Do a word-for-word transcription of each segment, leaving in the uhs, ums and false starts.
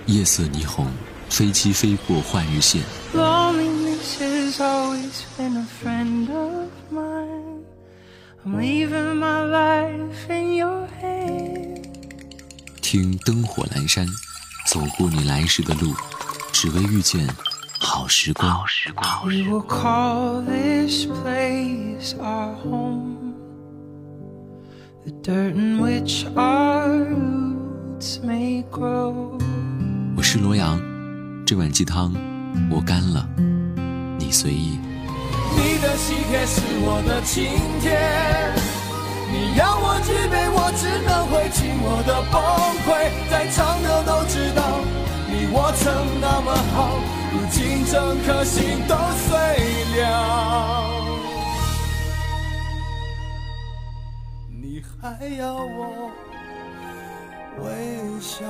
夜色霓虹，飞机飞过换日线。 Loneliness has always been a friend of mine. I'm leaving my life in your hands. 听灯火阑珊，走过你来时的路，只为遇见好时光。 We will call this place our home, the dirt in which our roots may grow. 我是罗阳，这碗鸡汤我干了，你随意。 你的喜帖是我的晴天，你要我举杯，我只能会尽我的崩溃。在场的都知道，你我曾那么好，如今整颗心都碎了。你还要我微笑？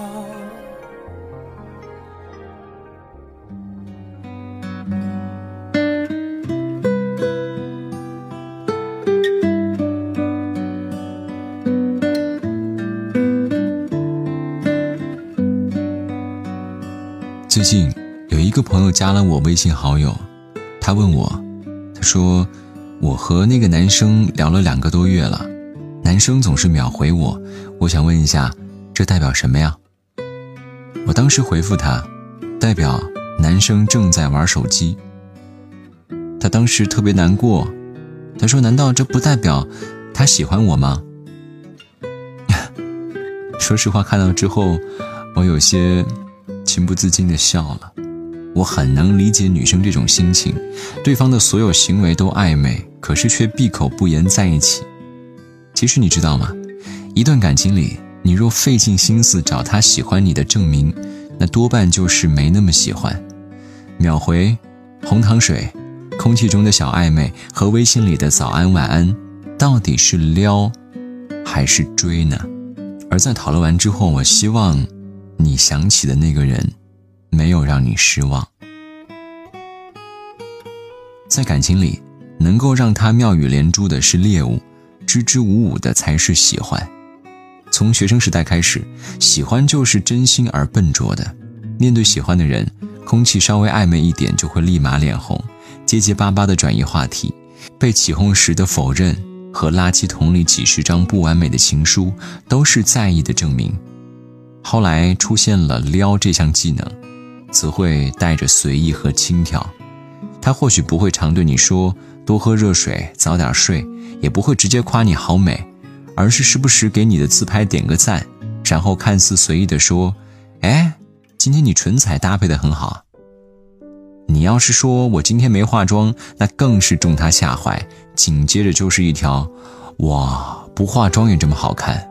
最近有一个朋友加了我微信好友，他问我，他说我和那个男生聊了两个多月了，男生总是秒回我，我想问一下，这代表什么呀？我当时回复他，代表男生正在玩手机。他当时特别难过，他说难道这不代表他喜欢我吗？说实话，看到之后我有些情不自禁地笑了。我很能理解女生这种心情，对方的所有行为都暧昧，可是却闭口不言在一起。其实你知道吗，一段感情里，你若费尽心思找他喜欢你的证明，那多半就是没那么喜欢。秒回、红糖水、空气中的小暧昧和微信里的早安晚安，到底是撩还是追呢？而在讨论完之后，我希望你想起的那个人没有让你失望。在感情里，能够让他妙语连珠的是猎物，支支吾吾的才是喜欢。从学生时代开始，喜欢就是真心而笨拙的。面对喜欢的人，空气稍微暧昧一点就会立马脸红，结结巴巴的转移话题，被起哄时的否认和垃圾桶里几十张不完美的情书都是在意的证明。后来出现了撩这项技能，则会带着随意和轻佻。他或许不会常对你说多喝热水早点睡，也不会直接夸你好美，而是时不时给你的自拍点个赞，然后看似随意地说，哎，今天你唇彩搭配得很好。你要是说我今天没化妆，那更是中他下怀，紧接着就是一条，哇，不化妆也这么好看。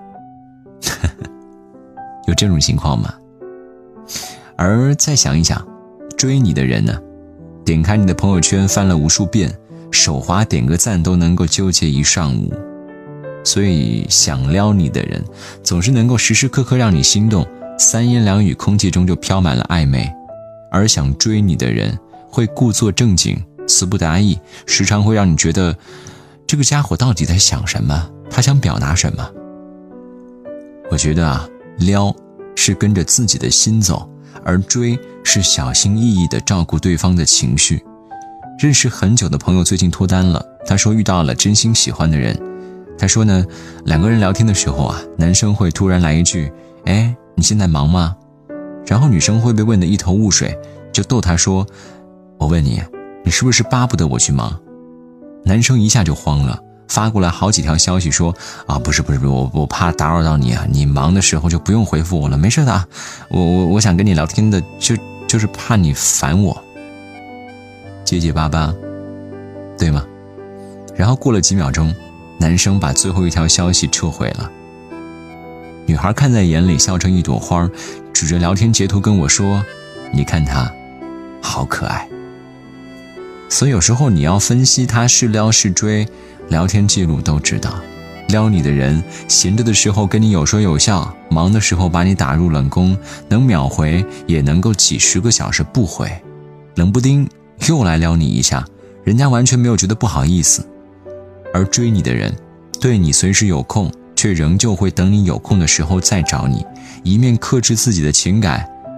有这种情况吗？而再想一想，追你的人呢，点开你的朋友圈翻了无数遍，手滑点个赞都能够纠结一上午。所以想撩你的人总是能够时时刻刻让你心动，三言两语空气中就飘满了暧昧。而想追你的人会故作正经，词不达意，时常会让你觉得这个家伙到底在想什么，他想表达什么。我觉得啊，撩是跟着自己的心走，而追是小心翼翼地照顾对方的情绪。认识很久的朋友最近脱单了，他说遇到了真心喜欢的人。他说呢，两个人聊天的时候啊，男生会突然来一句，哎，你现在忙吗？然后女生会被问得一头雾水，就逗他说，我问你，你是不是巴不得我去忙？男生一下就慌了，发过来好几条消息说，啊，不是不是不是，我我怕打扰到你啊，你忙的时候就不用回复我了，没事的啊，我我我想跟你聊天的，就就是怕你烦我。结结巴巴，对吗？然后过了几秒钟，男生把最后一条消息撤回了。女孩看在眼里，笑成一朵花，指着聊天截图跟我说，你看他好可爱。所以有时候你要分析他是撩是追，聊天记录都知道。撩你的人闲着的时候跟你有说有笑，忙的时候把你打入冷宫，能秒回也能够几十个小时不回，冷不丁又来撩你一下，人家完全没有觉得不好意思。而追你的人对你随时有空，却仍旧会等你有空的时候再找你，一面克制自己的情感，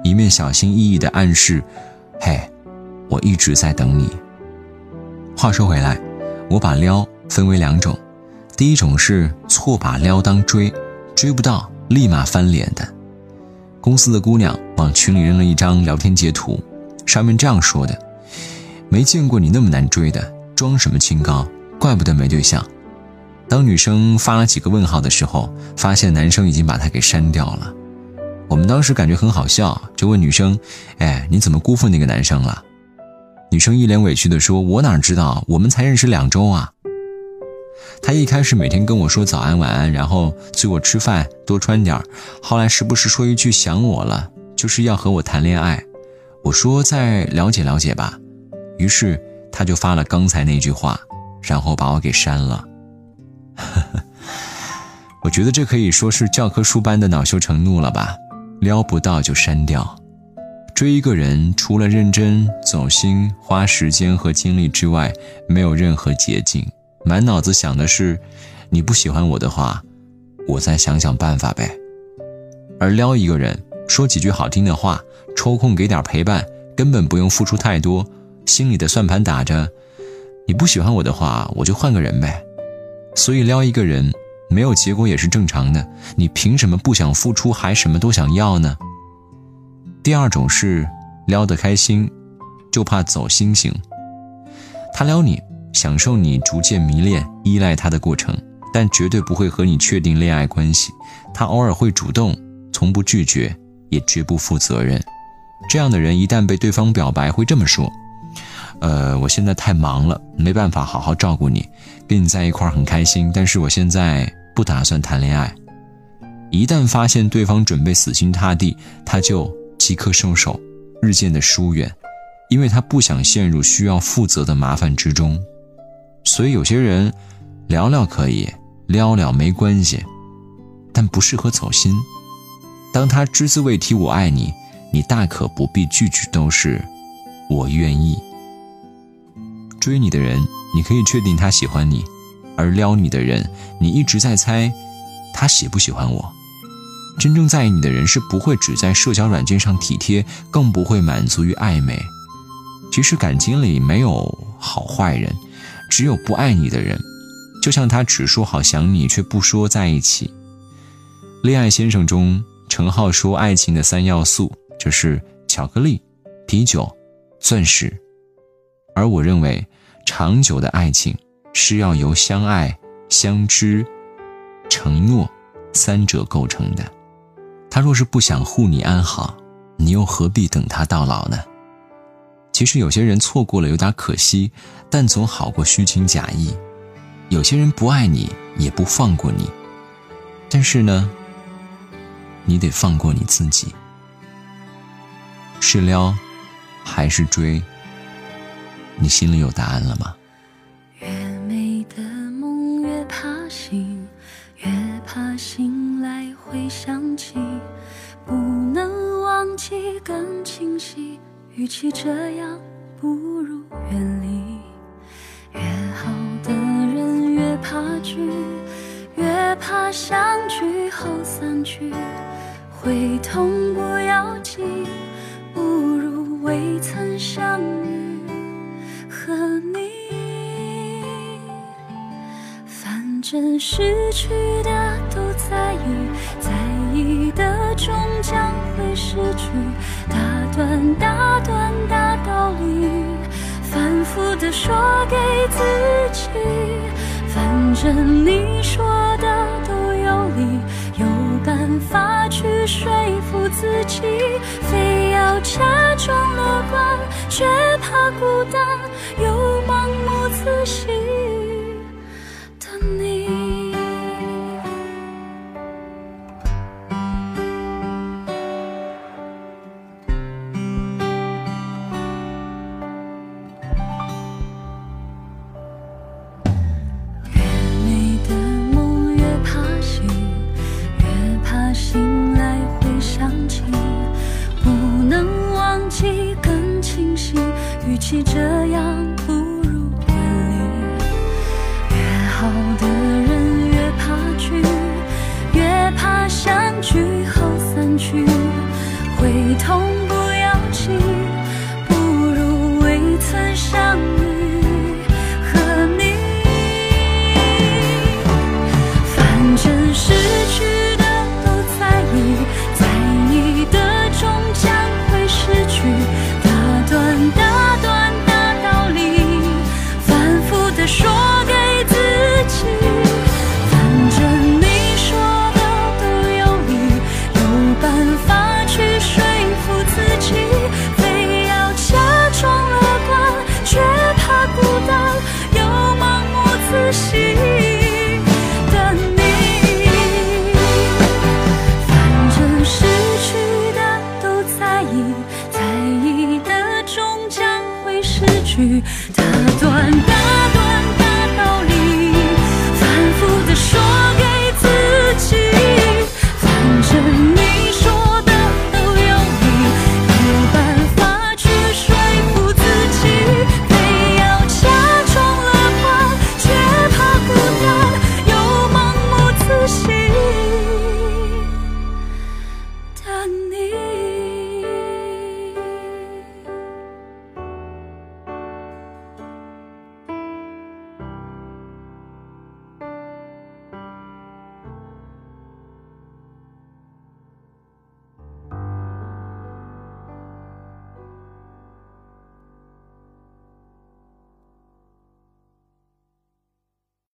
一面小心翼翼地暗示，嘿，我一直在等你。话说回来，我把撩分为两种，第一种是错把撩当追，追不到立马翻脸的。公司的姑娘往群里扔了一张聊天截图，上面这样说的：没见过你那么难追的，装什么清高，怪不得没对象。当女生发了几个问号的时候，发现男生已经把她给删掉了。我们当时感觉很好笑，就问女生，哎，你怎么辜负那个男生了？女生一脸委屈地说，我哪知道，我们才认识两周啊。她一开始每天跟我说早安晚安，然后催我吃饭多穿点，后来时不时说一句想我了，就是要和我谈恋爱。我说再了解了解吧，于是她就发了刚才那句话，然后把我给删了。我觉得这可以说是教科书般的恼羞成怒了吧，撩不到就删掉。追一个人除了认真走心花时间和精力之外，没有任何捷径，满脑子想的是你不喜欢我的话，我再想想办法呗。而撩一个人说几句好听的话，抽空给点陪伴，根本不用付出太多，心里的算盘打着你不喜欢我的话，我就换个人呗。所以撩一个人没有结果也是正常的，你凭什么不想付出还什么都想要呢？第二种是撩得开心，就怕走心型。他撩你，享受你逐渐迷恋依赖他的过程，但绝对不会和你确定恋爱关系。他偶尔会主动，从不拒绝，也绝不负责任。这样的人一旦被对方表白，会这么说，呃，我现在太忙了，没办法好好照顾你，跟你在一块儿很开心，但是我现在不打算谈恋爱。一旦发现对方准备死心塌地，他就即刻收手，日渐的疏远，因为他不想陷入需要负责的麻烦之中。所以有些人聊聊可以，撩撩没关系，但不适合走心。当他只字未提我爱你，你大可不必句句都是我愿意。追你的人，你可以确定他喜欢你，而撩你的人，你一直在猜他喜不喜欢我。真正在意你的人是不会只在社交软件上体贴，更不会满足于暧昧。其实感情里没有好坏人，只有不爱你的人，就像他只说好想你，却不说在一起。恋爱先生中，程浩说爱情的三要素就是巧克力、啤酒、钻石。而我认为长久的爱情是要由相爱、相知、承诺三者构成的。他若是不想护你安好，你又何必等他到老呢？其实有些人错过了有点可惜，但总好过虚情假意。有些人不爱你，也不放过你，但是呢，你得放过你自己。是撩还是追？你心里有答案了吗？ 越美的梦越怕醒，越怕醒来会想起，不能忘记更清晰，与其这样不如远离。越好的人越怕聚，越怕相聚后散去，会痛不要紧，不如未曾相遇和你。反正失去的都在意，在意的终将会失去，大段大段大道理反复地说给自己，反正你说的都有理，有办法去说服自己，非要假装乐观，却怕孤单，又盲目自信的你。与其这样不如远离，越好的人越怕聚，越怕相聚后散去，会痛去，它